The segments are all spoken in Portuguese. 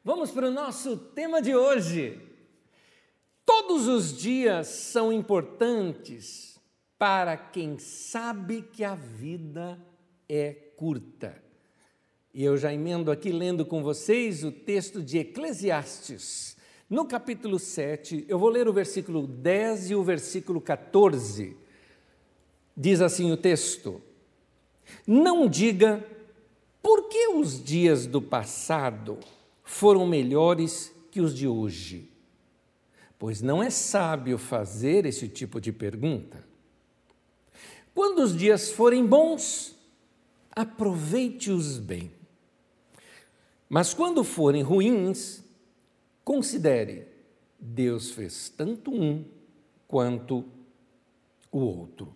Vamos para o nosso tema de hoje. Todos os dias são importantes para quem sabe que a vida é curta. E eu já emendo aqui lendo com vocês o texto de Eclesiastes. No capítulo 7, eu vou ler o versículo 10 e o versículo 14. Diz assim o texto: Não diga, por que os dias do passado foram melhores que os de hoje? Pois não é sábio fazer esse tipo de pergunta. Quando os dias forem bons, aproveite-os bem. Mas quando forem ruins, considere, Deus fez tanto um quanto o outro.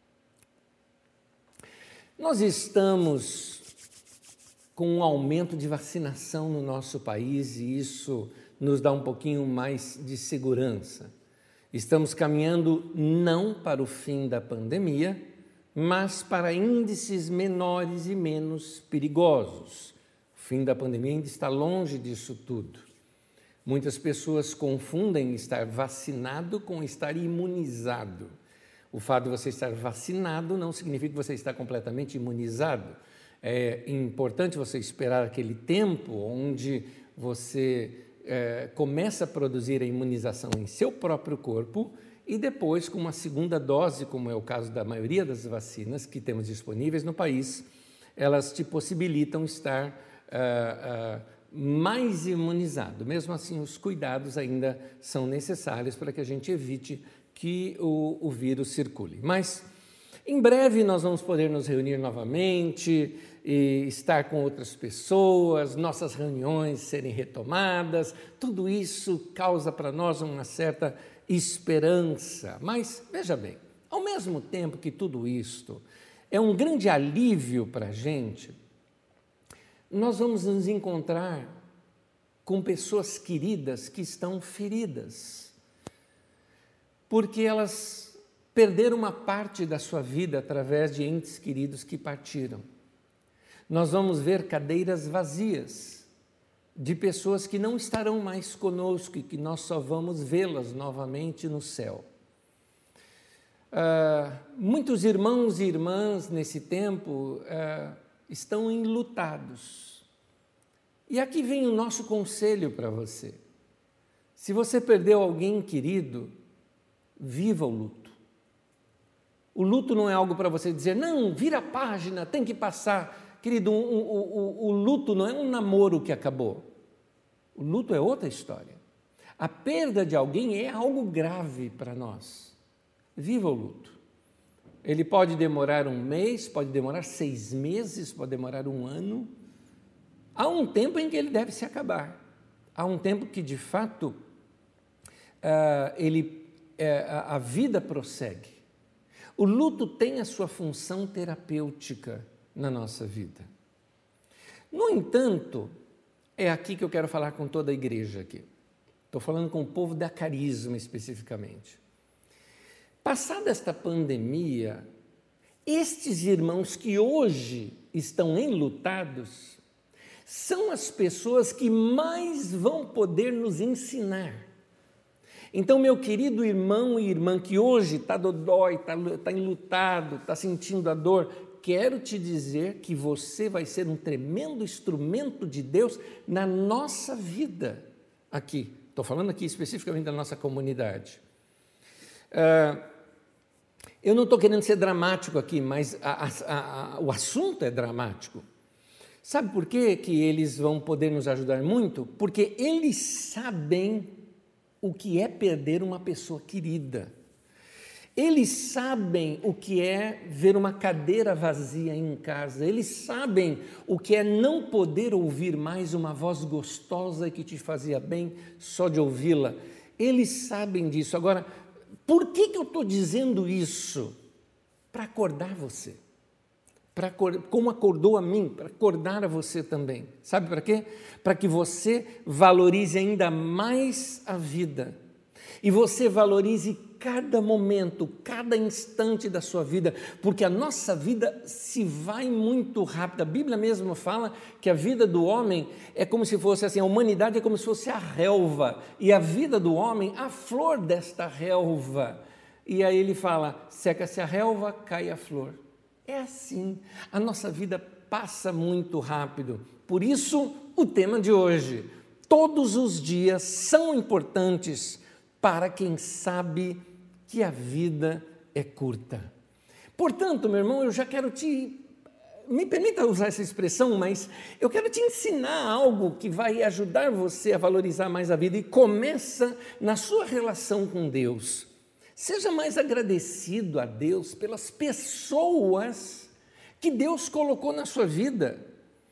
Nós estamos com um aumento de vacinação no nosso país e isso nos dá um pouquinho mais de segurança. Estamos caminhando não para o fim da pandemia, mas para índices menores e menos perigosos. O fim da pandemia ainda está longe disso tudo. Muitas pessoas confundem estar vacinado com estar imunizado. O fato de você estar vacinado não significa que você está completamente imunizado. É importante você esperar aquele tempo onde você começa a produzir a imunização em seu próprio corpo e depois, com uma segunda dose, como é o caso da maioria das vacinas que temos disponíveis no país, elas te possibilitam estar mais imunizado. Mesmo assim, os cuidados ainda são necessários para que a gente evite que o vírus circule. Mas, em breve, nós vamos poder nos reunir novamente e estar com outras pessoas, nossas reuniões serem retomadas. Tudo isso causa para nós uma certa esperança. Mas, veja bem, ao mesmo tempo que tudo isto é um grande alívio para a gente, nós vamos nos encontrar com pessoas queridas que estão feridas, porque elas perderam uma parte da sua vida através de entes queridos que partiram. Nós vamos ver cadeiras vazias de pessoas que não estarão mais conosco e que nós só vamos vê-las novamente no céu. Muitos irmãos e irmãs nesse tempo estão enlutados. E aqui vem o nosso conselho para você. Se você perdeu alguém querido, viva o luto. O luto não é algo para você dizer, não, vira a página, tem que passar. Querido, o luto não é um namoro que acabou. O luto é outra história. A perda de alguém é algo grave para nós. Viva o luto. Ele pode demorar 1 mês, pode demorar 6 meses, pode demorar 1 ano. Há um tempo em que ele deve se acabar. Há um tempo que, de fato, a vida prossegue. O luto tem a sua função terapêutica na nossa vida. No entanto, é aqui que eu quero falar com toda a igreja aqui. Estou falando com o povo da Carisma especificamente. Passada esta pandemia, estes irmãos que hoje estão enlutados são as pessoas que mais vão poder nos ensinar. Então, meu querido irmão e irmã que hoje está dodói, está enlutado, está sentindo a dor, quero te dizer que você vai ser um tremendo instrumento de Deus na nossa vida aqui. Estou falando aqui especificamente da nossa comunidade. Eu não estou querendo ser dramático aqui, mas o assunto é dramático. Sabe por quê que eles vão poder nos ajudar muito? Porque eles sabem o que é perder uma pessoa querida. Eles sabem o que é ver uma cadeira vazia em casa. Eles sabem o que é não poder ouvir mais uma voz gostosa que te fazia bem só de ouvi-la. Eles sabem disso. Agora, por que eu estou dizendo isso? Para acordar você. Como acordou a mim, para acordar a você também. Sabe para quê? Para que você valorize ainda mais a vida. E você valorize cada momento, cada instante da sua vida, porque a nossa vida se vai muito rápido. A Bíblia mesmo fala que a vida do homem é como se fosse assim, a humanidade é como se fosse a relva, e a vida do homem, a flor desta relva. E aí ele fala, seca-se a relva, cai a flor. É assim, a nossa vida passa muito rápido. Por isso, o tema de hoje, todos os dias são importantes para quem sabe que a vida é curta. Portanto, meu irmão, eu já quero me permita usar essa expressão, mas eu quero te ensinar algo que vai ajudar você a valorizar mais a vida, e começa na sua relação com Deus. Seja mais agradecido a Deus pelas pessoas que Deus colocou na sua vida.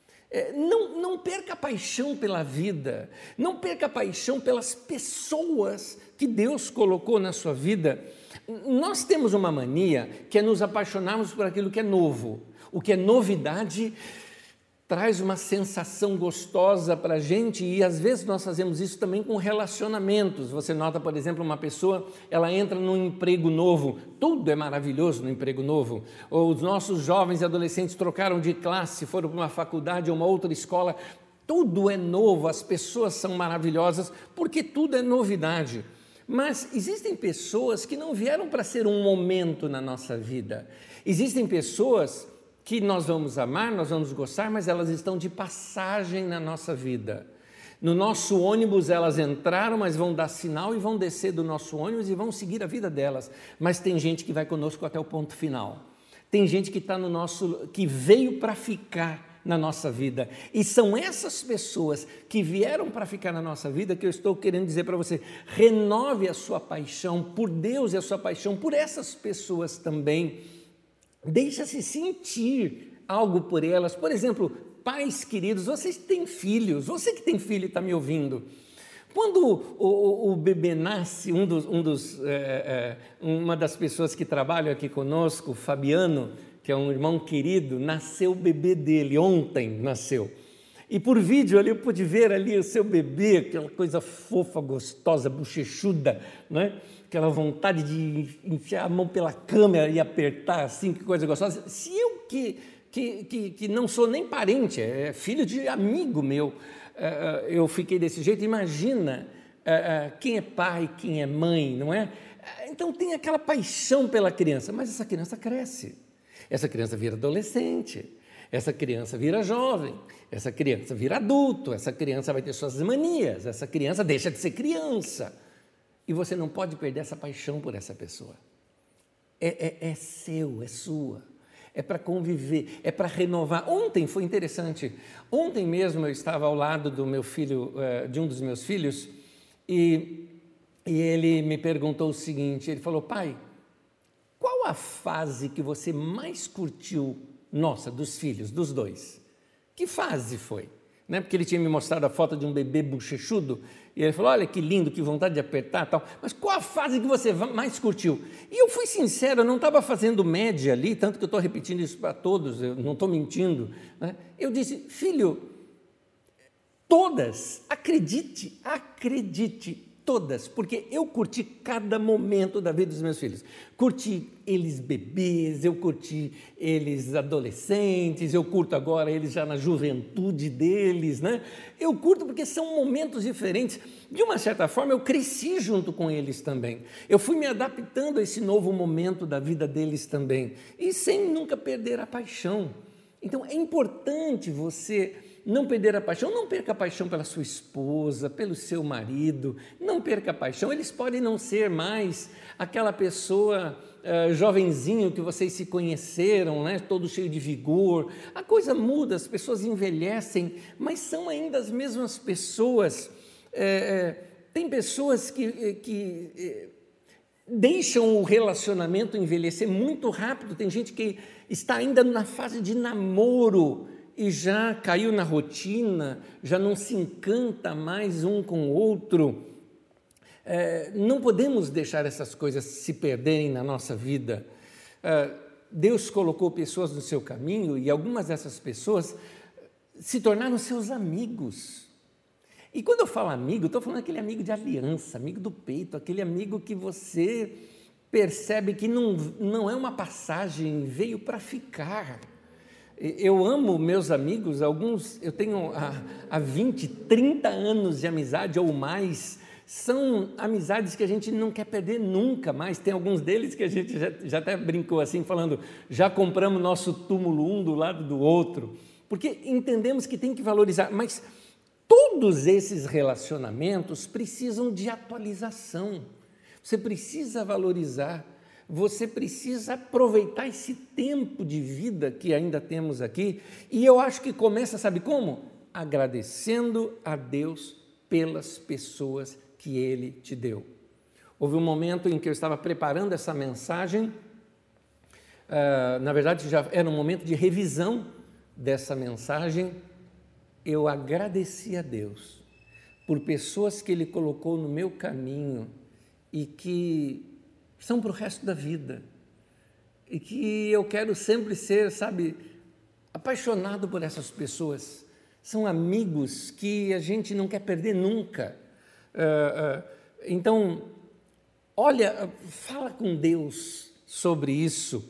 Não perca a paixão pela vida, não perca a paixão pelas pessoas que Deus colocou na sua vida. Nós temos uma mania que é nos apaixonarmos por aquilo que é novo. O que é novidade traz uma sensação gostosa para a gente, e às vezes nós fazemos isso também com relacionamentos. Você nota, por exemplo, uma pessoa, ela entra num emprego novo, tudo é maravilhoso no emprego novo. Ou os nossos jovens e adolescentes trocaram de classe, foram para uma faculdade ou uma outra escola, tudo é novo, as pessoas são maravilhosas, porque tudo é novidade. Mas existem pessoas que não vieram para ser um momento na nossa vida. Existem pessoas que nós vamos amar, nós vamos gostar, mas elas estão de passagem na nossa vida. No nosso ônibus elas entraram, mas vão dar sinal e vão descer do nosso ônibus e vão seguir a vida delas. Mas tem gente que vai conosco até o ponto final. Tem gente que está que veio para ficar na nossa vida. E são essas pessoas que vieram para ficar na nossa vida que eu estou querendo dizer para você. Renove a sua paixão por Deus e a sua paixão por essas pessoas também. Deixa-se sentir algo por elas. Por exemplo, pais queridos, vocês têm filhos, você que tem filho e está me ouvindo. Quando o bebê nasce, uma das pessoas que trabalham aqui conosco, o Fabiano, que é um irmão querido, nasceu o bebê dele, ontem nasceu. E por vídeo ali eu pude ver ali o seu bebê, aquela coisa fofa, gostosa, bochechuda, né? Aquela vontade de enfiar a mão pela câmera e apertar assim, que coisa gostosa. Se eu que não sou nem parente, é filho de amigo meu, eu fiquei desse jeito, imagina quem é pai, quem é mãe, não é? Então tem aquela paixão pela criança, mas essa criança cresce, essa criança vira adolescente, essa criança vira jovem, essa criança vira adulto, essa criança vai ter suas manias, essa criança deixa de ser criança. E você não pode perder essa paixão por essa pessoa. É seu, é sua. É para conviver, é para renovar. Ontem foi interessante. Ontem mesmo eu estava ao lado do meu filho, de um dos meus filhos, e ele me perguntou o seguinte, ele falou, pai, qual a fase que você mais curtiu, nossa, dos filhos, dos dois? Que fase foi? Né? Porque ele tinha me mostrado a foto de um bebê bochechudo, e ele falou, olha que lindo, que vontade de apertar, tal. Mas qual a fase que você mais curtiu? E eu fui sincero, eu não estava fazendo média ali, tanto que eu estou repetindo isso para todos, eu não estou mentindo, né? Eu disse, filho, todas, acredite, todas, porque eu curti cada momento da vida dos meus filhos. Curti eles bebês, eu curti eles adolescentes, eu curto agora eles já na juventude deles, né? Eu curto porque são momentos diferentes. De uma certa forma, eu cresci junto com eles também. Eu fui me adaptando a esse novo momento da vida deles também, e sem nunca perder a paixão. Então, é importante você não perder a paixão, não perca a paixão pela sua esposa, pelo seu marido, não perca a paixão. Eles podem não ser mais aquela pessoa jovenzinho que vocês se conheceram, né, todo cheio de vigor. A coisa muda, as pessoas envelhecem, mas são ainda as mesmas pessoas. Tem pessoas que deixam o relacionamento envelhecer muito rápido. Tem gente que está ainda na fase de namoro e já caiu na rotina, já não se encanta mais um com o outro. Não podemos deixar essas coisas se perderem na nossa vida. Deus colocou pessoas no seu caminho e algumas dessas pessoas se tornaram seus amigos. E quando eu falo amigo, eu estou falando aquele amigo de aliança, amigo do peito, aquele amigo que você percebe que não é uma passagem, veio para ficar. Eu amo meus amigos, alguns eu tenho há 20, 30 anos de amizade ou mais, são amizades que a gente não quer perder nunca mais. Tem alguns deles que a gente já até brincou assim, falando, já compramos nosso túmulo um do lado do outro, porque entendemos que tem que valorizar, mas todos esses relacionamentos precisam de atualização, você precisa valorizar, você precisa aproveitar esse tempo de vida que ainda temos aqui, e eu acho que começa, sabe como? Agradecendo a Deus pelas pessoas que Ele te deu. Houve um momento em que eu estava preparando essa mensagem, na verdade já era um momento de revisão dessa mensagem, eu agradeci a Deus por pessoas que Ele colocou no meu caminho e que são para o resto da vida, e que eu quero sempre ser, sabe, apaixonado por essas pessoas. São amigos que a gente não quer perder nunca. Então, olha, fala com Deus sobre isso.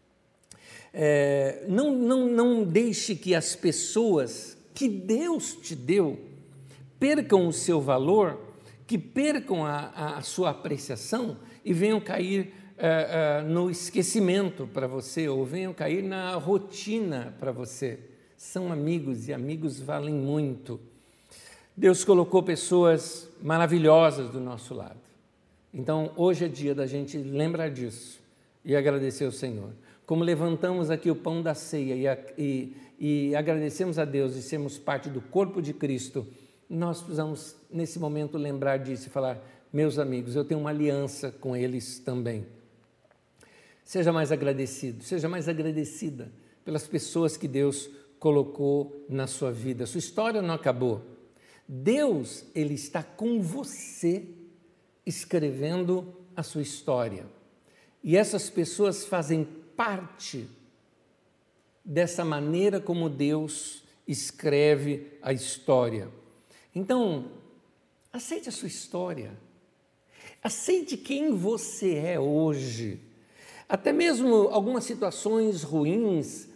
Não deixe que as pessoas que Deus te deu percam o seu valor, que percam a sua apreciação e venham cair no esquecimento para você, ou venham cair na rotina para você. São amigos e amigos valem muito. Deus colocou pessoas maravilhosas do nosso lado. Então, hoje é dia da gente lembrar disso e agradecer ao Senhor. Como levantamos aqui o pão da ceia e agradecemos a Deus e sermos parte do corpo de Cristo, nós precisamos, nesse momento, lembrar disso e falar, meus amigos, eu tenho uma aliança com eles também. Seja mais agradecido, seja mais agradecida pelas pessoas que Deus colocou na sua vida. A sua história não acabou. Deus, Ele está com você, escrevendo a sua história. E essas pessoas fazem parte dessa maneira como Deus escreve a história. Então, aceite a sua história. Aceite quem você é hoje. Até mesmo algumas situações ruins,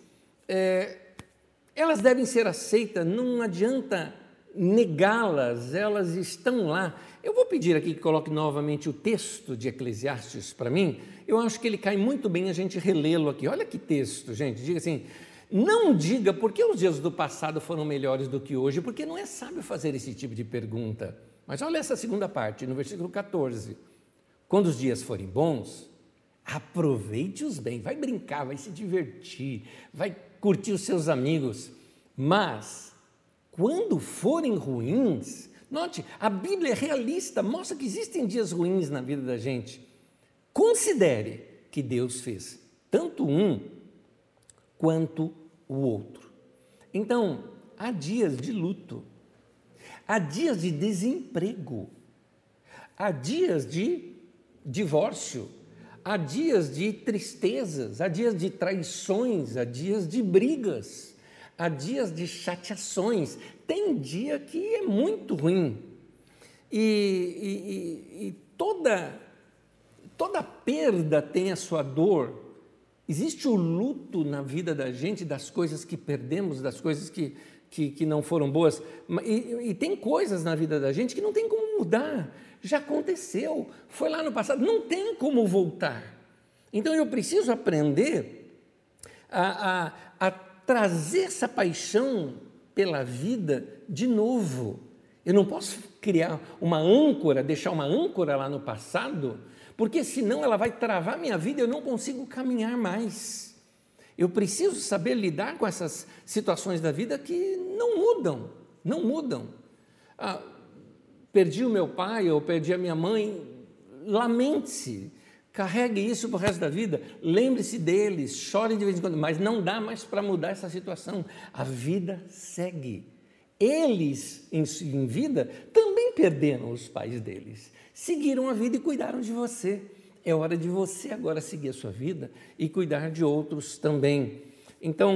elas devem ser aceitas, não adianta negá-las, elas estão lá. Eu vou pedir aqui que coloque novamente o texto de Eclesiastes para mim, eu acho que ele cai muito bem a gente relê-lo aqui. Olha que texto, gente, diga assim, não diga por que os dias do passado foram melhores do que hoje, porque não é sábio fazer esse tipo de pergunta. Mas olha essa segunda parte, no versículo 14. Quando os dias forem bons, aproveite-os bem, vai brincar, vai se divertir, vai curtir os seus amigos. Mas, quando forem ruins, note, a Bíblia é realista, mostra que existem dias ruins na vida da gente. Considere que Deus fez tanto um quanto o outro. Então, há dias de luto, há dias de desemprego, há dias de divórcio, há dias de tristezas, há dias de traições, há dias de brigas, há dias de chateações. Tem dia que é muito ruim. E toda perda tem a sua dor. Existe o luto na vida da gente, das coisas que perdemos, das coisas que não foram boas. E tem coisas na vida da gente que não tem como mudar. Já aconteceu, foi lá no passado, não tem como voltar. Então eu preciso aprender a trazer essa paixão pela vida de novo. Eu não posso criar uma âncora, deixar uma âncora lá no passado, porque senão ela vai travar minha vida e eu não consigo caminhar mais. Eu preciso saber lidar com essas situações da vida que não mudam. Perdi o meu pai ou perdi a minha mãe, lamente-se, carregue isso para o resto da vida, lembre-se deles, chore de vez em quando, mas não dá mais para mudar essa situação, a vida segue. Eles, em vida, também perderam os pais deles, seguiram a vida e cuidaram de você. É hora de você agora seguir a sua vida e cuidar de outros também. Então,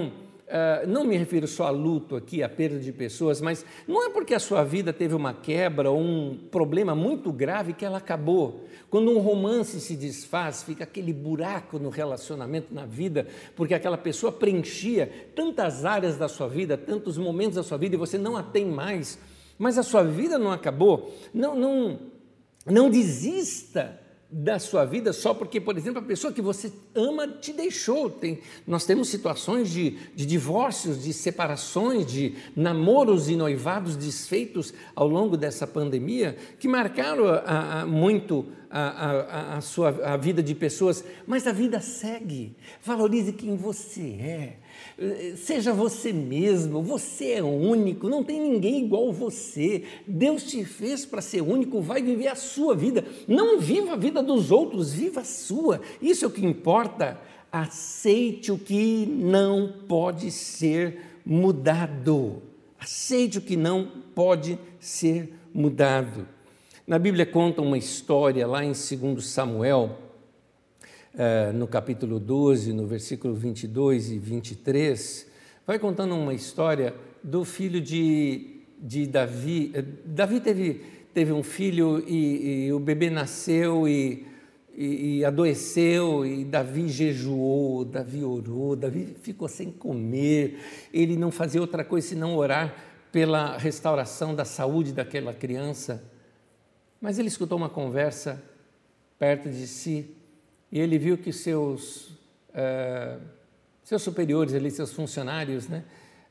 não me refiro só a luto aqui, a perda de pessoas, mas não é porque a sua vida teve uma quebra ou um problema muito grave que ela acabou. Quando um romance se desfaz, fica aquele buraco no relacionamento, na vida, porque aquela pessoa preenchia tantas áreas da sua vida, tantos momentos da sua vida, e você não a tem mais, mas a sua vida não acabou. Não desista da sua vida só porque, por exemplo, a pessoa que você ama te deixou. Nós temos situações de divórcios, de separações, de namoros e noivados desfeitos ao longo dessa pandemia, que marcaram muito a vida de pessoas, mas a vida segue. Valorize quem você é. Seja você mesmo, você é único, não tem ninguém igual você. Deus te fez para ser único, vai viver a sua vida. Não viva a vida dos outros, viva a sua. Isso é o que importa. Aceite o que não pode ser mudado. Aceite o que não pode ser mudado. Na Bíblia conta uma história lá em 2 Samuel, no capítulo 12, no versículo 22 e 23, vai contando uma história do filho de Davi. Davi teve um filho e o bebê nasceu e adoeceu, e Davi jejuou, Davi orou, Davi ficou sem comer, ele não fazia outra coisa senão orar pela restauração da saúde daquela criança. Mas ele escutou uma conversa perto de si, e ele viu que seus superiores, ali, seus funcionários, né,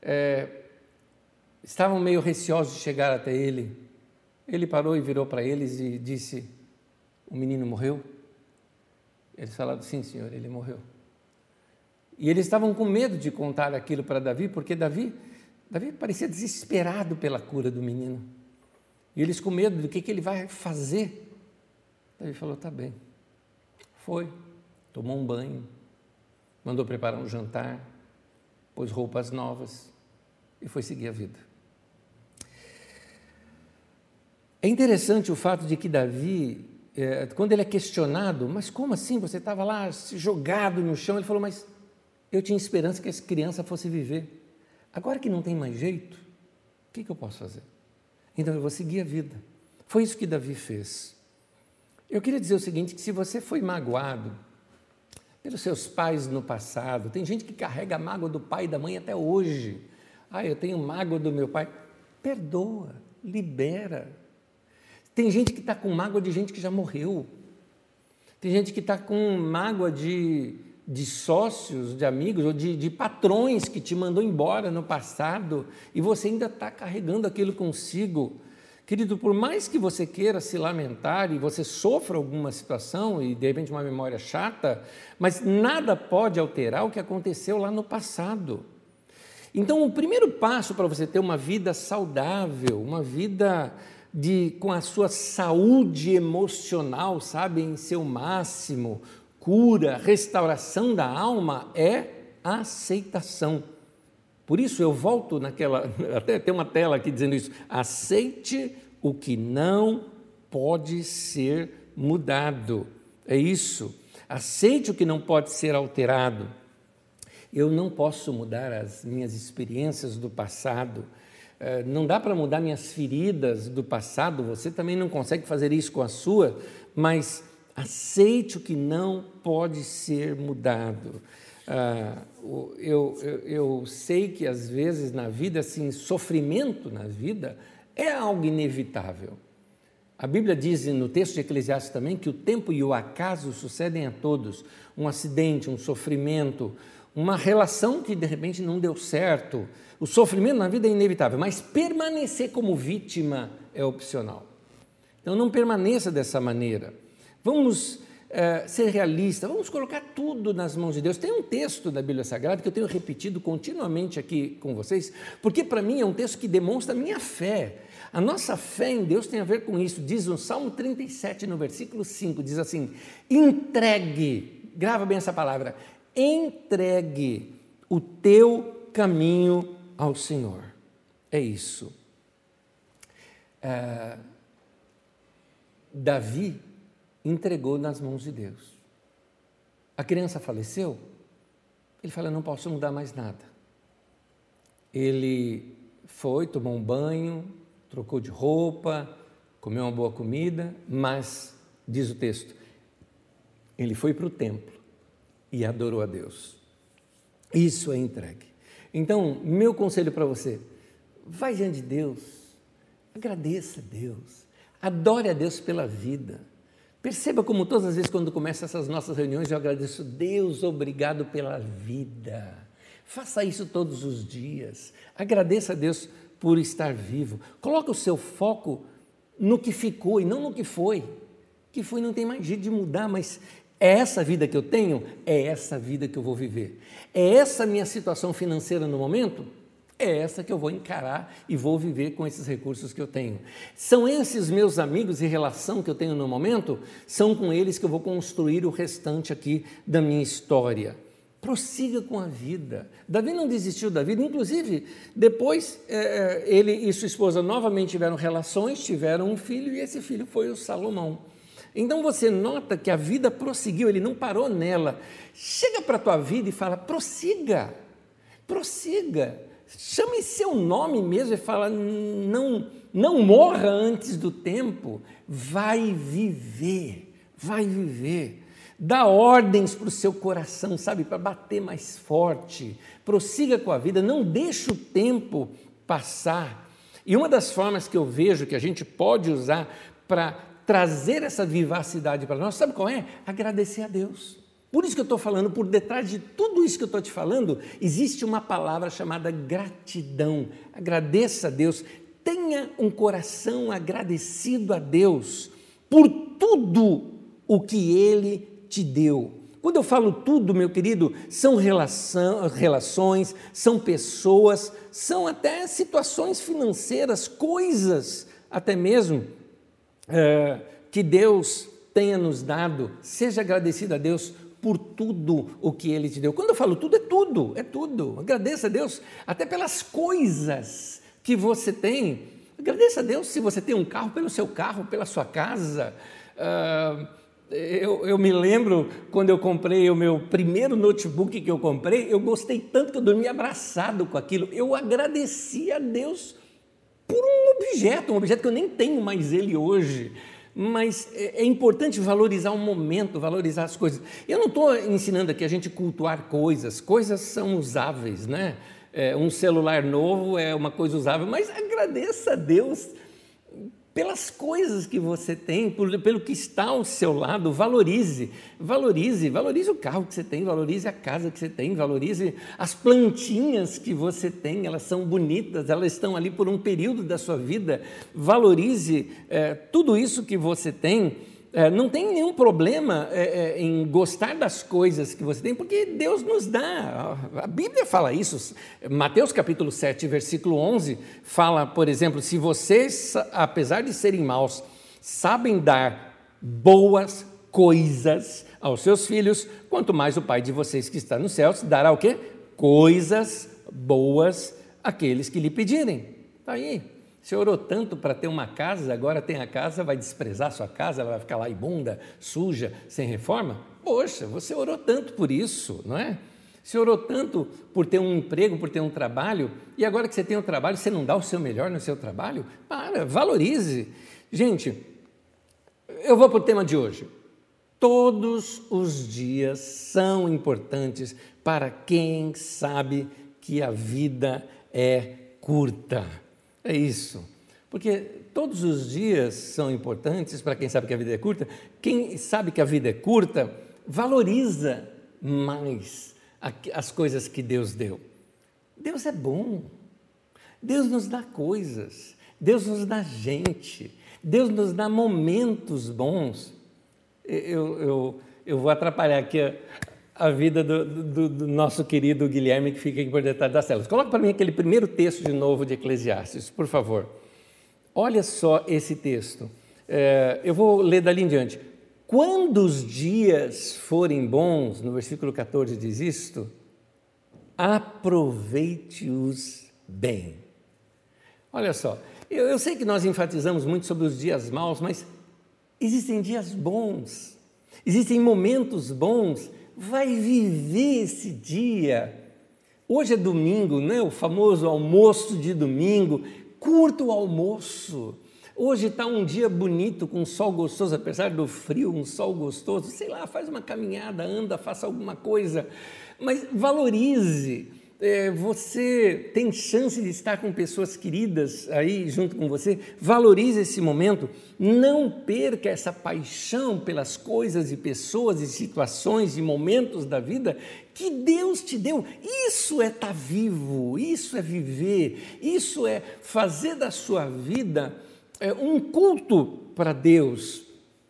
estavam meio receosos de chegar até ele. Ele parou e virou para eles e disse: "O menino morreu?" Eles falaram: "Sim, senhor, ele morreu." E eles estavam com medo de contar aquilo para Davi, porque Davi parecia desesperado pela cura do menino. E eles com medo do que ele vai fazer. Davi falou: "Tá bem." Foi, tomou um banho, mandou preparar um jantar, pôs roupas novas e foi seguir a vida. É interessante o fato de que Davi, quando ele é questionado, mas como assim? Você estava lá jogado no chão. Ele falou: "Mas eu tinha esperança que essa criança fosse viver. Agora que não tem mais jeito, o que eu posso fazer? Então eu vou seguir a vida." Foi isso que Davi fez. Eu queria dizer o seguinte, que se você foi magoado pelos seus pais no passado, tem gente que carrega a mágoa do pai e da mãe até hoje. Eu tenho mágoa do meu pai. Perdoa, libera. Tem gente que está com mágoa de gente que já morreu. Tem gente que está com mágoa de sócios, de amigos, ou de patrões que te mandou embora no passado, e você ainda está carregando aquilo consigo. Querido, por mais que você queira se lamentar e você sofra alguma situação e de repente uma memória chata, mas nada pode alterar o que aconteceu lá no passado. Então, o primeiro passo para você ter uma vida saudável, uma vida com a sua saúde emocional, sabe, em seu máximo, cura, restauração da alma, é a aceitação. Por isso eu volto até tem uma tela aqui dizendo isso: aceite o que não pode ser mudado. É isso, aceite o que não pode ser alterado. Eu não posso mudar as minhas experiências do passado, não dá para mudar minhas feridas do passado, você também não consegue fazer isso com a sua, mas aceite o que não pode ser mudado. Eu sei que às vezes na vida, assim, sofrimento na vida é algo inevitável. A Bíblia diz no texto de Eclesiastes também que o tempo e o acaso sucedem a todos. Um acidente, um sofrimento, uma relação que de repente não deu certo. O sofrimento na vida é inevitável, mas permanecer como vítima é opcional. Então não permaneça dessa maneira. Vamos ser realista, vamos colocar tudo nas mãos de Deus. Tem um texto da Bíblia Sagrada que eu tenho repetido continuamente aqui com vocês, porque para mim é um texto que demonstra a minha fé. A nossa fé em Deus tem a ver com isso. Diz no Salmo 37, no versículo 5, diz assim: entregue, grava bem essa palavra, entregue o teu caminho ao Senhor. É isso. Davi entregou nas mãos de Deus. A criança faleceu, ele fala: não posso mudar mais nada. Ele foi, tomou um banho, trocou de roupa, comeu uma boa comida, mas, diz o texto, ele foi para o templo e adorou a Deus. Isso é entregue. Então, meu conselho para você, vai diante de Deus, agradeça a Deus, adore a Deus pela vida. Perceba como todas as vezes quando começam essas nossas reuniões, eu agradeço, Deus, obrigado pela vida. Faça isso todos os dias. Agradeça a Deus por estar vivo. Coloque o seu foco no que ficou e não no que foi. O que foi não tem mais jeito de mudar, mas é essa vida que eu tenho, é essa vida que eu vou viver. É essa minha situação financeira no momento, é essa que eu vou encarar e vou viver com esses recursos que eu tenho. São esses meus amigos e relação que eu tenho no momento, são com eles que eu vou construir o restante aqui da minha história. Prossiga com a vida. Davi não desistiu da vida, inclusive, depois ele e sua esposa novamente tiveram relações, tiveram um filho, e esse filho foi o Salomão. Então você nota que a vida prosseguiu, ele não parou nela. Chega para a tua vida e fala, prossiga, chame seu nome mesmo e fala, não morra antes do tempo, vai viver. Dá ordens para o seu coração, sabe, para bater mais forte, prossiga com a vida, não deixe o tempo passar. E uma das formas que eu vejo que a gente pode usar para trazer essa vivacidade para nós, sabe qual é? Agradecer a Deus. Por isso que eu estou falando, por detrás de tudo isso que eu estou te falando, existe uma palavra chamada gratidão. Agradeça a Deus, tenha um coração agradecido a Deus por tudo o que Ele te deu. Quando eu falo tudo, meu querido, são relações, são pessoas, são até situações financeiras, coisas até mesmo que Deus tenha nos dado. Seja agradecido a Deus por tudo o que Ele te deu. Quando eu falo tudo, é tudo. Agradeça a Deus até pelas coisas que você tem. Agradeça a Deus se você tem um carro, pelo seu carro, pela sua casa. Eu me lembro quando eu comprei o meu primeiro notebook que eu comprei, eu gostei tanto que eu dormi abraçado com aquilo. Eu agradeci a Deus por um objeto que eu nem tenho mais ele hoje. Mas é importante valorizar o momento, valorizar as coisas. Eu não estou ensinando aqui a gente cultuar coisas são usáveis, né? Um celular novo é uma coisa usável, mas agradeça a Deus pelas coisas que você tem, pelo que está ao seu lado, valorize o carro que você tem, valorize a casa que você tem, valorize as plantinhas que você tem, elas são bonitas, elas estão ali por um período da sua vida, valorize tudo isso que você tem. Não tem nenhum problema em gostar das coisas que você tem, porque Deus nos dá. A Bíblia fala isso. Mateus capítulo 7, versículo 11, fala, por exemplo, se vocês, apesar de serem maus, sabem dar boas coisas aos seus filhos, quanto mais o Pai de vocês que está nos céus dará o quê? Coisas boas àqueles que lhe pedirem. Está aí. Você orou tanto para ter uma casa, agora tem a casa, vai desprezar a sua casa, ela vai ficar lá imunda, suja, sem reforma? Poxa, você orou tanto por isso, não é? Você orou tanto por ter um emprego, por ter um trabalho, e agora que você tem um trabalho, você não dá o seu melhor no seu trabalho? Valorize. Gente, eu vou para o tema de hoje. Todos os dias são importantes para quem sabe que a vida é curta. É isso, porque todos os dias são importantes para quem sabe que a vida é curta. Quem sabe que a vida é curta, valoriza mais as coisas que Deus deu. Deus é bom, Deus nos dá coisas, Deus nos dá gente, Deus nos dá momentos bons. Eu vou atrapalhar aqui a vida do nosso querido Guilherme, que fica aqui por detrás das telas. Coloca para mim aquele primeiro texto de novo de Eclesiastes, por favor. Olha só esse texto. Eu vou ler dali em diante. Quando os dias forem bons, no versículo 14 diz isto, aproveite-os bem. Olha só, eu sei que nós enfatizamos muito sobre os dias maus, mas existem dias bons, existem momentos bons. Vai viver esse dia. Hoje é domingo, né? O famoso almoço de domingo. Curta o almoço. Hoje está um dia bonito, com um sol gostoso, apesar do frio, um sol gostoso. Sei lá, faz uma caminhada, anda, faça alguma coisa. Mas valorize. Você tem chance de estar com pessoas queridas aí junto com você. Valorize esse momento. Não perca essa paixão pelas coisas e pessoas e situações e momentos da vida que Deus te deu. Isso é estar vivo, isso é viver, isso é fazer da sua vida um culto para Deus.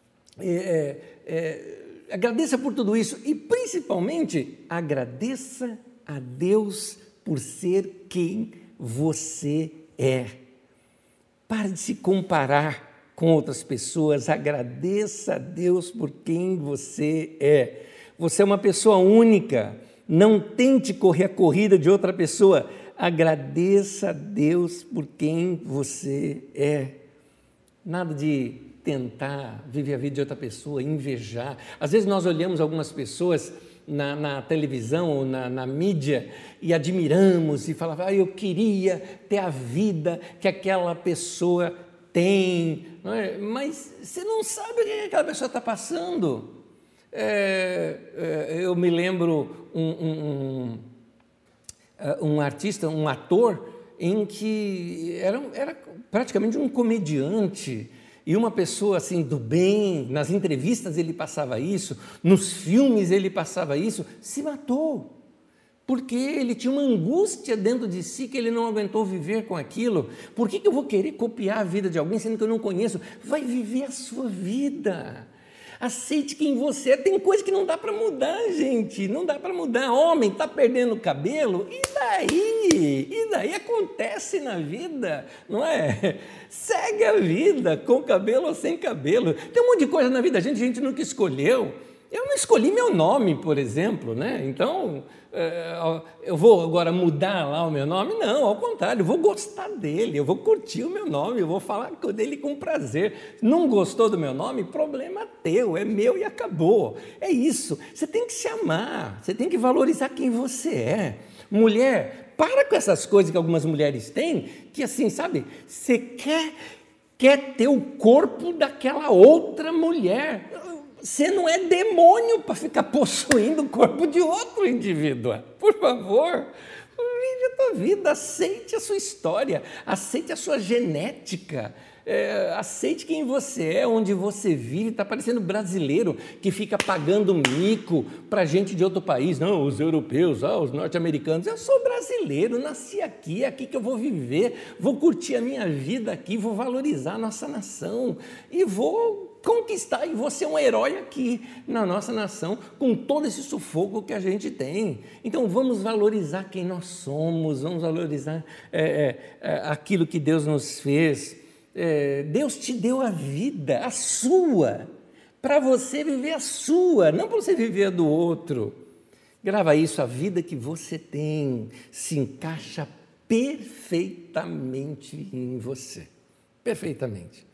Agradeça por tudo isso e, principalmente, agradeça a Deus por ser quem você é. Pare de se comparar com outras pessoas, agradeça a Deus por quem você é. Você é uma pessoa única, não tente correr a corrida de outra pessoa, agradeça a Deus por quem você é. Nada de tentar viver a vida de outra pessoa, invejar. Às vezes nós olhamos algumas pessoas na televisão ou na mídia e admiramos e falamos, eu queria ter a vida que aquela pessoa tem, não é? Mas você não sabe o que aquela pessoa está passando. Eu me lembro um artista, um ator, em que era praticamente um comediante, e uma pessoa assim do bem, nas entrevistas ele passava isso, nos filmes ele passava isso, se matou, porque ele tinha uma angústia dentro de si que ele não aguentou viver com aquilo. Por que eu vou querer copiar a vida de alguém sendo que eu não conheço? Vai viver a sua vida. Aceite quem você é. Tem coisa que não dá para mudar, gente. Não dá para mudar. Homem, está perdendo o cabelo? E daí? E daí acontece na vida, não é? Segue a vida, com cabelo ou sem cabelo. Tem um monte de coisa na vida, a gente nunca escolheu. Eu não escolhi meu nome, por exemplo, né? Então, eu vou agora mudar lá o meu nome? Não, ao contrário, eu vou gostar dele, eu vou curtir o meu nome, eu vou falar dele com prazer. Não gostou do meu nome? Problema teu, é meu e acabou. É isso, você tem que se amar, você tem que valorizar quem você é. Mulher, para com essas coisas que algumas mulheres têm, que assim, sabe, você quer ter o corpo daquela outra mulher. Você não é demônio para ficar possuindo o corpo de outro indivíduo. Por favor, vive a tua vida, aceite a sua história, aceite a sua genética, aceite quem você é, onde você vive. Está parecendo brasileiro que fica pagando mico para gente de outro país. Não, os europeus, os norte-americanos. Eu sou brasileiro, nasci aqui, é aqui que eu vou viver, vou curtir a minha vida aqui, vou valorizar a nossa nação e vou conquistar, e você é um herói aqui na nossa nação, com todo esse sufoco que a gente tem. Então vamos valorizar quem nós somos, vamos valorizar aquilo que Deus nos fez. Deus te deu a vida, a sua, para você viver a sua, não para você viver a do outro. Grava isso, a vida que você tem se encaixa perfeitamente em você, perfeitamente.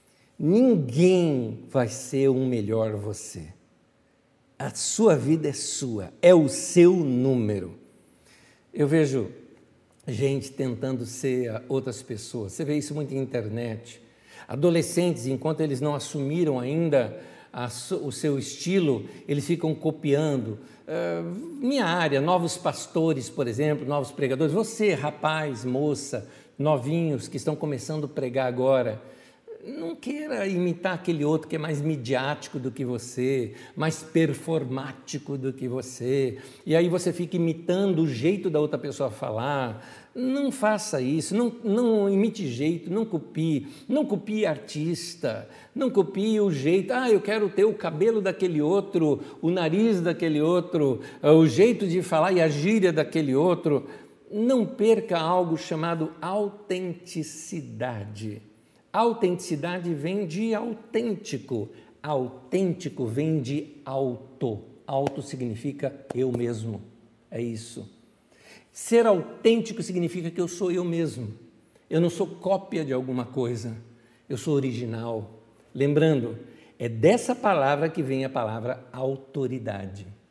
Ninguém vai ser um melhor você. A sua vida é sua, é o seu número. Eu vejo gente tentando ser outras pessoas. Você vê isso muito na internet. Adolescentes, enquanto eles não assumiram ainda o seu estilo, eles ficam copiando. Minha área, novos pastores, por exemplo, novos pregadores. Você, rapaz, moça, novinhos que estão começando a pregar agora, não queira imitar aquele outro que é mais midiático do que você, mais performático do que você, e aí você fica imitando o jeito da outra pessoa falar. Não faça isso, não imite jeito, não copie artista, não copie o jeito, eu quero ter o cabelo daquele outro, o nariz daquele outro, o jeito de falar e a gíria daquele outro. Não perca algo chamado autenticidade. Autenticidade vem de autêntico, autêntico vem de auto, auto significa eu mesmo, é isso. Ser autêntico significa que eu sou eu mesmo, eu não sou cópia de alguma coisa, eu sou original. Lembrando, é dessa palavra que vem a palavra autoridade.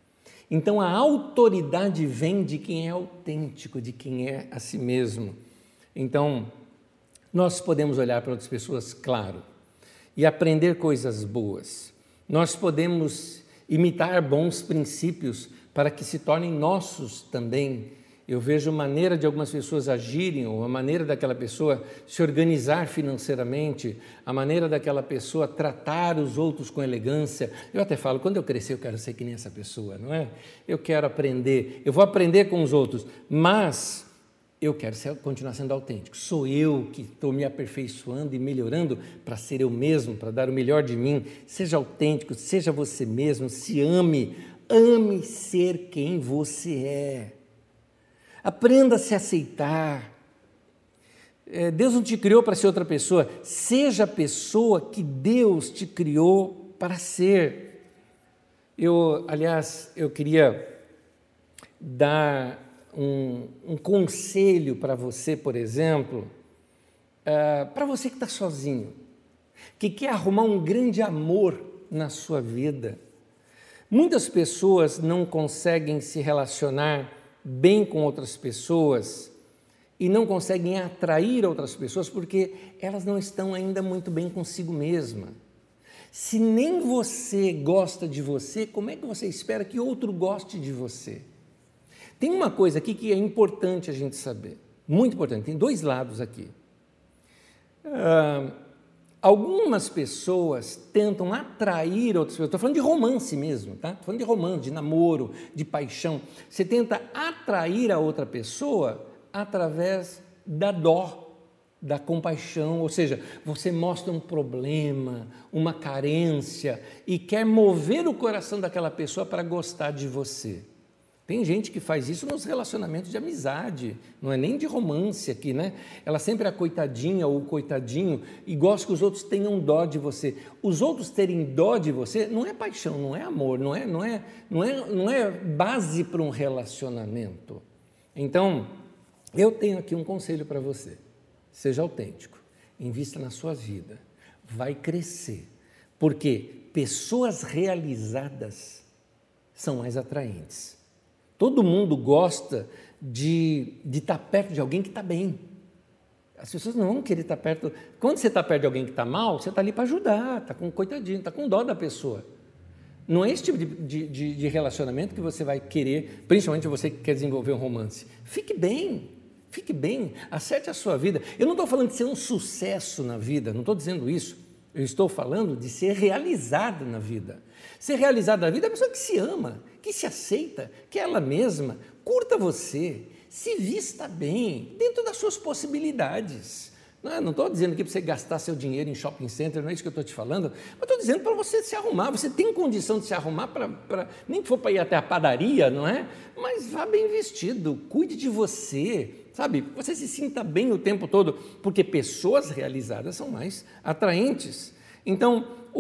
Então, a autoridade vem de quem é autêntico, de quem é a si mesmo. Então, nós podemos olhar para outras pessoas, claro, e aprender coisas boas. Nós podemos imitar bons princípios para que se tornem nossos também. Eu vejo a maneira de algumas pessoas agirem, ou a maneira daquela pessoa se organizar financeiramente, a maneira daquela pessoa tratar os outros com elegância. Eu até falo, quando eu crescer eu quero ser que nem essa pessoa, não é? Eu quero aprender, eu vou aprender com os outros, mas eu quero continuar sendo autêntico. Sou eu que estou me aperfeiçoando e melhorando para ser eu mesmo, para dar o melhor de mim. Seja autêntico, seja você mesmo, se ame, ame ser quem você é. Aprenda a se aceitar. Deus não te criou para ser outra pessoa. Seja a pessoa que Deus te criou para ser. Aliás, eu queria dar um conselho para você, por exemplo, para você que está sozinho, que quer arrumar um grande amor na sua vida. Muitas pessoas não conseguem se relacionar bem com outras pessoas e não conseguem atrair outras pessoas porque elas não estão ainda muito bem consigo mesma. Se nem você gosta de você, como é que você espera que outro goste de você? Tem uma coisa aqui que é importante a gente saber, muito importante, tem dois lados aqui. Algumas pessoas tentam atrair outras pessoas, estou falando de romance mesmo, tá? Estou falando de romance, de namoro, de paixão. Você tenta atrair a outra pessoa através da dó, da compaixão, ou seja, você mostra um problema, uma carência e quer mover o coração daquela pessoa para gostar de você. Tem gente que faz isso nos relacionamentos de amizade, não é nem de romance aqui, né? Ela sempre é a coitadinha ou o coitadinho e gosta que os outros tenham dó de você. Os outros terem dó de você não é paixão, não é amor, não é base para um relacionamento. Então, eu tenho aqui um conselho para você. Seja autêntico, invista na sua vida, vai crescer, porque pessoas realizadas são mais atraentes. Todo mundo gosta de estar perto de alguém que está bem. As pessoas não vão querer estar perto. Quando você está perto de alguém que está mal, você está ali para ajudar, está com coitadinho, está com dó da pessoa. Não é esse tipo de relacionamento que você vai querer, principalmente você que quer desenvolver um romance. Fique bem, acerte a sua vida. Eu não estou falando de ser um sucesso na vida, não estou dizendo isso. Eu estou falando de ser realizado na vida. Ser realizado na vida é a pessoa que se ama, que se aceita, que é ela mesma, curta você, se vista bem, dentro das suas possibilidades. Não estou dizendo aqui para você gastar seu dinheiro em shopping center, não é isso que eu estou te falando, mas estou dizendo para você se arrumar. Você tem condição de se arrumar, nem que for para ir até a padaria, não é? Mas vá bem vestido, cuide de você, sabe? Você se sinta bem o tempo todo, porque pessoas realizadas são mais atraentes. Então, o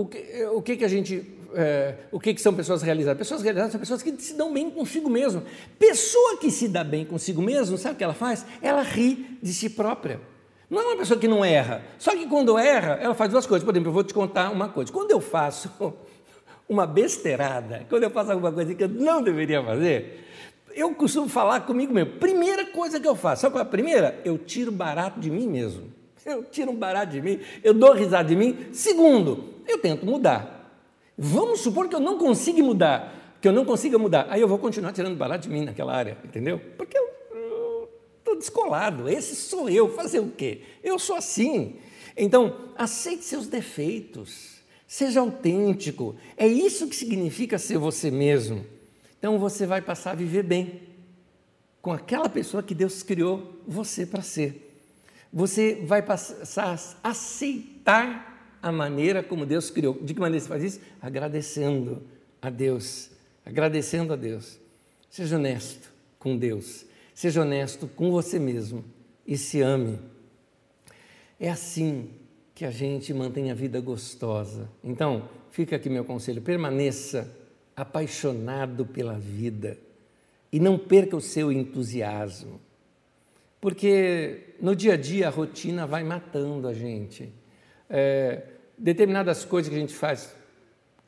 que são pessoas realizadas? Pessoas realizadas são pessoas que se dão bem consigo mesmo. Pessoa que se dá bem consigo mesmo, sabe o que ela faz? Ela ri de si própria. Não é uma pessoa que não erra, só que quando erra, ela faz duas coisas. Por exemplo, eu vou te contar uma coisa. Quando eu faço uma besteirada, quando eu faço alguma coisa que eu não deveria fazer, eu costumo falar comigo mesmo. Primeira coisa que eu faço, sabe qual é a primeira? Eu tiro barato de mim mesmo. Eu tiro um barato de mim, eu dou risada de mim. Segundo, eu tento mudar. Vamos supor que eu não consiga mudar, aí eu vou continuar tirando barato de mim naquela área, entendeu? Porque eu estou descolado, esse sou eu, fazer o quê? Eu sou assim. Então, aceite seus defeitos, seja autêntico, é isso que significa ser você mesmo. Então, você vai passar a viver bem com aquela pessoa que Deus criou você para ser. Você vai passar a aceitar a maneira como Deus criou. De que maneira você faz isso? Agradecendo a Deus. Agradecendo a Deus. Seja honesto com Deus. Seja honesto com você mesmo e se ame. É assim que a gente mantém a vida gostosa. Então, fica aqui meu conselho, permaneça apaixonado pela vida e não perca o seu entusiasmo. Porque no dia a dia a rotina vai matando a gente. Determinadas coisas que a gente faz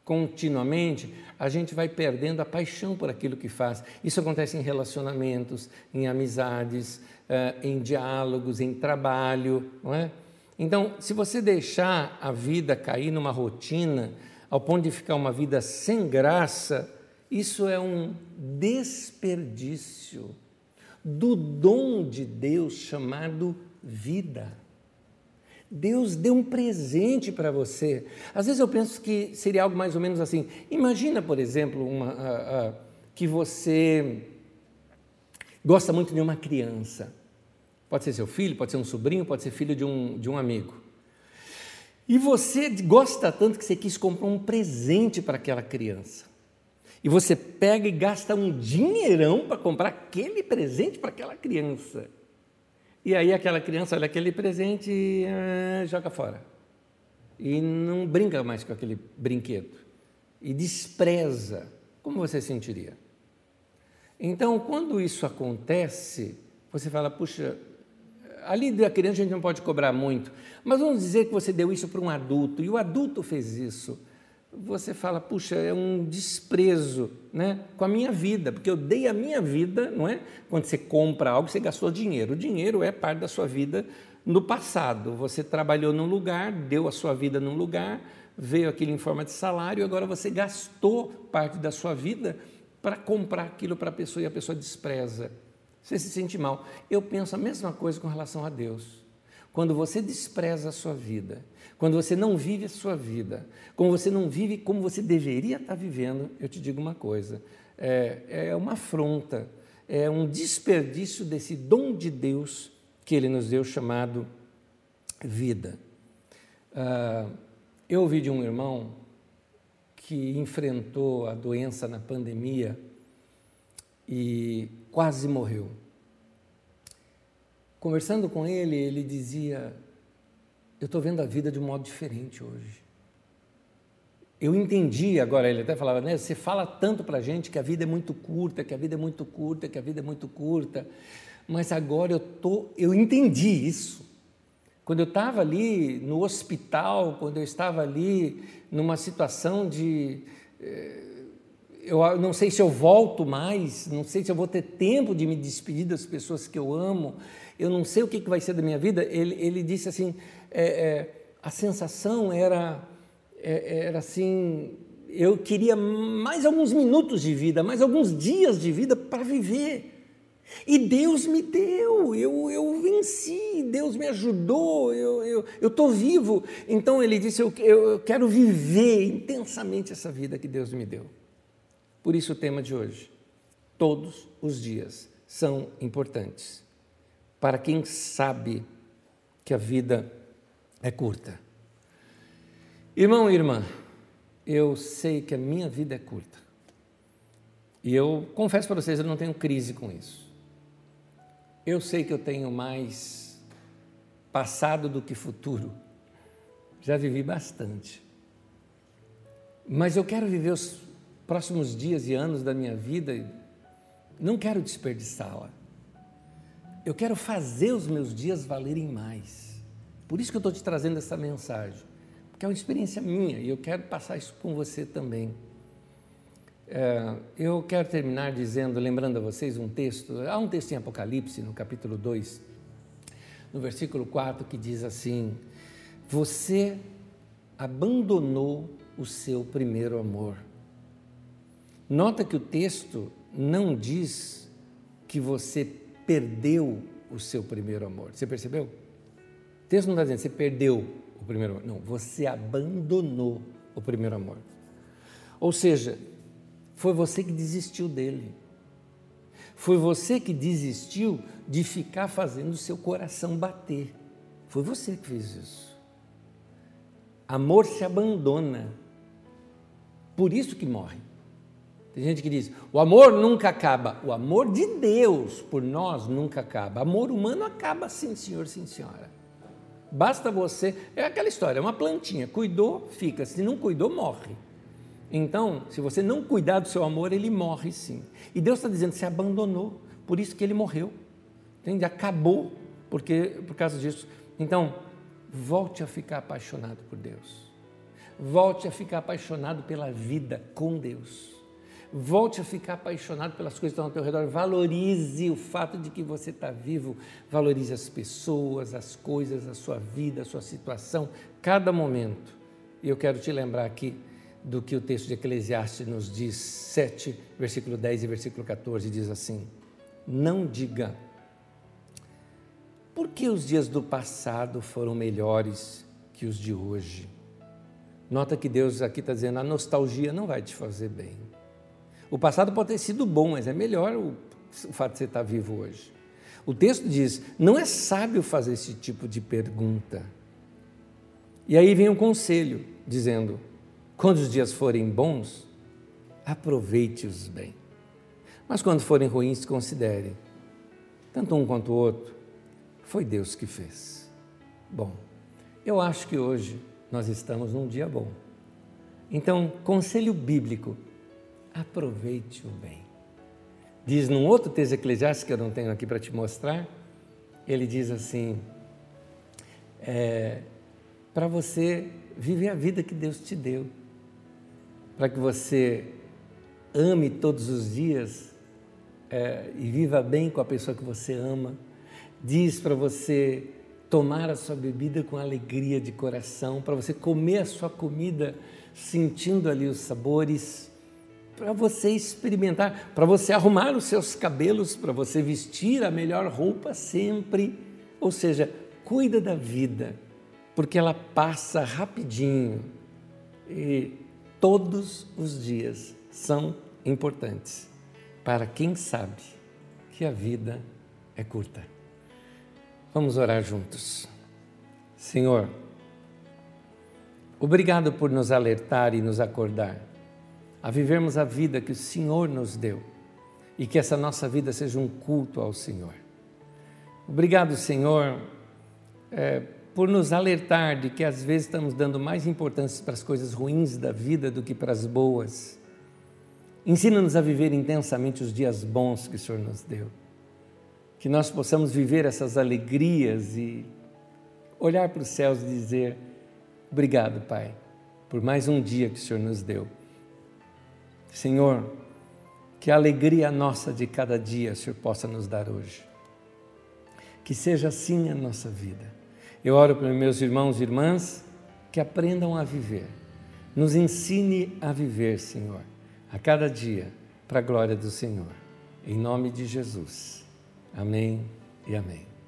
continuamente, a gente vai perdendo a paixão por aquilo que faz. Isso acontece em relacionamentos, em amizades, em diálogos, em trabalho, não é? Então, se você deixar a vida cair numa rotina, ao ponto de ficar uma vida sem graça, isso é um desperdício do dom de Deus chamado vida. Deus deu um presente para você. Às vezes eu penso que seria algo mais ou menos assim. Imagina, por exemplo, que você gosta muito de uma criança. Pode ser seu filho, pode ser um sobrinho, pode ser filho de um amigo. E você gosta tanto que você quis comprar um presente para aquela criança. E você pega e gasta um dinheirão para comprar aquele presente para aquela criança. E aí aquela criança olha aquele presente e joga fora. E não brinca mais com aquele brinquedo. E despreza. Como você sentiria? Então, quando isso acontece, você fala, puxa, ali da criança a gente não pode cobrar muito, mas vamos dizer que você deu isso para um adulto, e o adulto fez isso. Você fala, puxa, é um desprezo, né, com a minha vida, porque eu dei a minha vida, não é? Quando você compra algo, você gastou dinheiro. O dinheiro é parte da sua vida no passado. Você trabalhou num lugar, deu a sua vida num lugar, veio aquilo em forma de salário, e agora você gastou parte da sua vida para comprar aquilo para a pessoa, e a pessoa despreza. Você se sente mal. Eu penso a mesma coisa com relação a Deus. Quando você despreza a sua vida, quando você não vive a sua vida, quando você não vive como você deveria estar vivendo, eu te digo uma coisa, é uma afronta, é um desperdício desse dom de Deus que Ele nos deu chamado vida. Eu ouvi de um irmão que enfrentou a doença na pandemia e quase morreu. Conversando com ele, ele dizia, eu estou vendo a vida de um modo diferente hoje. Eu entendi agora, ele até falava, né, você fala tanto para a gente que a vida é muito curta, que a vida é muito curta, que a vida é muito curta, mas agora eu entendi isso. Quando eu estava ali no hospital, quando eu estava ali numa situação de... eu não sei se eu volto mais, não sei se eu vou ter tempo de me despedir das pessoas que eu amo, eu não sei o que vai ser da minha vida. Ele disse assim, a sensação era assim, eu queria mais alguns minutos de vida, mais alguns dias de vida para viver. E Deus me deu, eu venci, Deus me ajudou, eu estou vivo. Então ele disse, eu quero viver intensamente essa vida que Deus me deu. Por isso o tema de hoje, todos os dias são importantes, para quem sabe que a vida é curta. Irmão e irmã, eu sei que a minha vida é curta, e eu confesso para vocês, eu não tenho crise com isso. Eu sei que eu tenho mais passado do que futuro, já vivi bastante, mas eu quero viver os próximos dias e anos da minha vida e não quero desperdiçá-la. Eu quero fazer os meus dias valerem mais. Por isso que eu estou te trazendo essa mensagem, porque é uma experiência minha e eu quero passar isso com você também. Eu quero terminar lembrando a vocês um texto, há um texto em Apocalipse, no capítulo 2, no versículo 4, que diz assim, você abandonou o seu primeiro amor. Nota que o texto não diz que você perdeu o seu primeiro amor. Você percebeu? O texto não está dizendo que você perdeu o primeiro amor. Não, você abandonou o primeiro amor. Ou seja, foi você que desistiu dele. Foi você que desistiu de ficar fazendo o seu coração bater. Foi você que fez isso. Amor se abandona. Por isso que morre. Tem gente que diz, o amor nunca acaba. O amor de Deus por nós nunca acaba. Amor humano acaba sim, senhor, sim, senhora. Basta você, é aquela história, é uma plantinha, cuidou, fica, se não cuidou, morre. Então, se você não cuidar do seu amor, ele morre sim. E Deus está dizendo, você abandonou, por isso que ele morreu. Entende? Acabou por causa disso. Então, volte a ficar apaixonado por Deus. Volte a ficar apaixonado pela vida com Deus. Volte a ficar apaixonado pelas coisas que estão ao teu redor. Valorize o fato de que você está vivo. Valorize as pessoas, as coisas, a sua vida, a sua situação, cada momento. E eu quero te lembrar aqui do que o texto de Eclesiastes nos diz, 7, versículo 10 e versículo 14, diz assim: não diga, por que os dias do passado foram melhores que os de hoje? Nota que Deus aqui está dizendo, a nostalgia não vai te fazer bem. O passado pode ter sido bom, mas é melhor o fato de você estar vivo hoje. O texto diz, não é sábio fazer esse tipo de pergunta. E aí vem um conselho, dizendo, quando os dias forem bons, aproveite-os bem. Mas quando forem ruins, considere, tanto um quanto o outro, foi Deus que fez. Bom, eu acho que hoje nós estamos num dia bom. Então, conselho bíblico, aproveite-o bem. Diz num outro texto eclesiástico que eu não tenho aqui para te mostrar, ele diz assim, para você viver a vida que Deus te deu, para que você ame todos os dias e viva bem com a pessoa que você ama, diz para você tomar a sua bebida com alegria de coração, para você comer a sua comida sentindo ali os sabores, para você experimentar, para você arrumar os seus cabelos, para você vestir a melhor roupa sempre, ou seja, cuida da vida, porque ela passa rapidinho e todos os dias são importantes para quem sabe que a vida é curta. Vamos orar juntos. Senhor, obrigado por nos alertar e nos acordar a vivermos a vida que o Senhor nos deu e que essa nossa vida seja um culto ao Senhor. Obrigado, Senhor, por nos alertar de que às vezes estamos dando mais importância para as coisas ruins da vida do que para as boas. Ensina-nos a viver intensamente os dias bons que o Senhor nos deu. Que nós possamos viver essas alegrias e olhar para os céus e dizer, obrigado, Pai, por mais um dia que o Senhor nos deu. Senhor, que a alegria nossa de cada dia o Senhor possa nos dar hoje. Que seja assim a nossa vida. Eu oro para meus irmãos e irmãs que aprendam a viver. Nos ensine a viver, Senhor, a cada dia, para a glória do Senhor. Em nome de Jesus. Amém e amém.